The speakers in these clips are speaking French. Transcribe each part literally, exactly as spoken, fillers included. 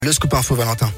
Le scoop info Valentin.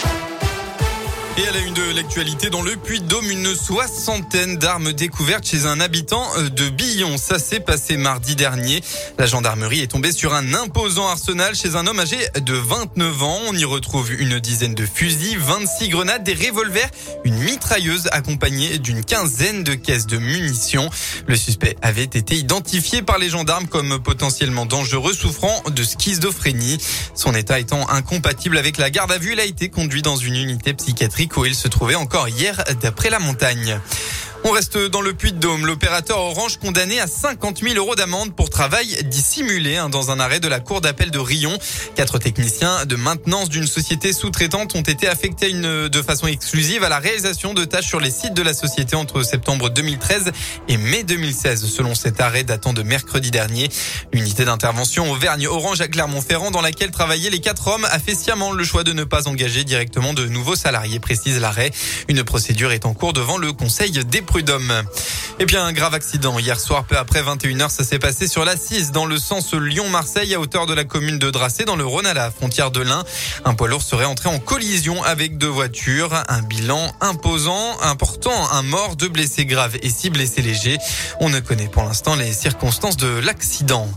Et à la une de l'actualité, dans le Puy-de-Dôme, une soixantaine d'armes découvertes chez un habitant de Billon. Ça s'est passé mardi dernier. La gendarmerie est tombée sur un imposant arsenal chez un homme âgé de vingt-neuf ans. On y retrouve une dizaine de fusils, vingt-six grenades, des revolvers, une mitrailleuse accompagnée d'une quinzaine de caisses de munitions. Le suspect avait été identifié par les gendarmes comme potentiellement dangereux, souffrant de schizophrénie. Son état étant incompatible avec la garde à vue, il a été conduit dans une unité psychiatrique où il se trouvait encore hier d'après la montagne. On reste dans le Puy-de-Dôme. L'opérateur Orange condamné à cinquante mille euros d'amende pour travail dissimulé dans un arrêt de la cour d'appel de Riom. Quatre techniciens de maintenance d'une société sous-traitante ont été affectés une, de façon exclusive à la réalisation de tâches sur les sites de la société entre septembre deux mille treize et mai deux mille seize, selon cet arrêt datant de mercredi dernier. L'unité d'intervention Auvergne Orange à Clermont-Ferrand, dans laquelle travaillaient les quatre hommes, a fait sciemment le choix de ne pas engager directement de nouveaux salariés, précise l'arrêt. Une procédure est en cours devant le Conseil des prud'hommes. Et puis un grave accident hier soir, peu après vingt et une heures, ça s'est passé sur l'A six dans le sens Lyon-Marseille à hauteur de la commune de Dracé dans le Rhône à la frontière de l'Ain. Un poids lourd serait entré en collision avec deux voitures. Un bilan imposant, important, un mort, deux blessés graves et six blessés légers. On ne connaît pour l'instant les circonstances de l'accident.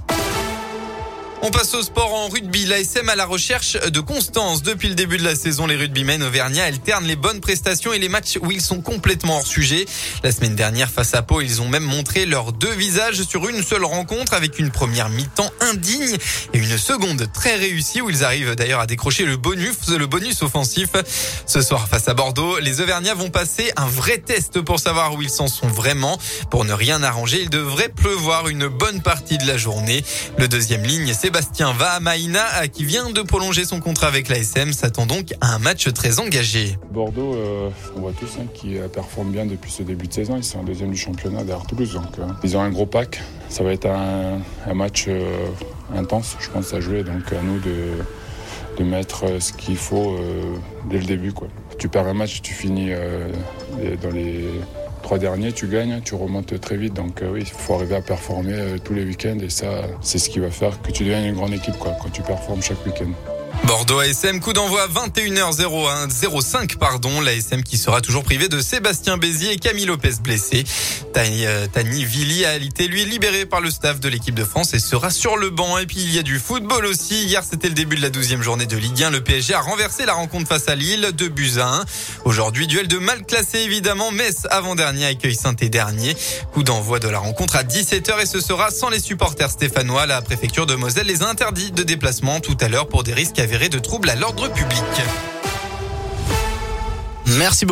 On passe au sport en rugby. L'A S M à la recherche de constance. Depuis le début de la saison, les rugbymen auvergnats alternent les bonnes prestations et les matchs où ils sont complètement hors sujet. La semaine dernière, face à Pau, ils ont même montré leurs deux visages sur une seule rencontre avec une première mi-temps indigne et une seconde très réussie où ils arrivent d'ailleurs à décrocher le bonus, le bonus offensif. Ce soir, face à Bordeaux, les Auvergnats vont passer un vrai test pour savoir où ils s'en sont vraiment. Pour ne rien arranger, il devrait pleuvoir une bonne partie de la journée. Le deuxième ligne, c'est Sébastien Vahamaina, qui vient de prolonger son contrat avec l'A S M, s'attend donc à un match très engagé. Bordeaux, euh, on voit tous hein, qui performent bien depuis ce début de saison. Ils sont en deuxième du championnat derrière Toulouse. Donc, euh, ils ont un gros pack. Ça va être un, un match euh, intense, je pense, à jouer. Donc à nous de, de mettre ce qu'il faut euh, dès le début, quoi. Tu perds un match, tu finis euh, dans les trois derniers, tu gagnes, tu remontes très vite. Donc euh, oui, il faut arriver à performer euh, tous les week-ends et ça, c'est ce qui va faire que tu deviennes une grande équipe, quoi, quand tu performes chaque week-end. Bordeaux A S M, coup d'envoi à vingt et une heures cinq, pardon. L'A S M qui sera toujours privé de Sébastien Bézier et Camille Lopez blessés. Tani, euh, Tani Vili a été lui libéré par le staff de l'équipe de France et sera sur le banc. Et puis il y a du football aussi. Hier c'était le début de la douzième journée de Ligue un. Le P S G a renversé la rencontre face à Lille, deux buts à un. Aujourd'hui, duel de mal classé évidemment. Metz avant-dernier accueille Saint-Étienne dernier. Coup d'envoi de la rencontre à dix-sept heures et ce sera sans les supporters stéphanois. La préfecture de Moselle les a interdits de déplacement tout à l'heure pour des risques avérés de troubles à l'ordre public. Merci beaucoup.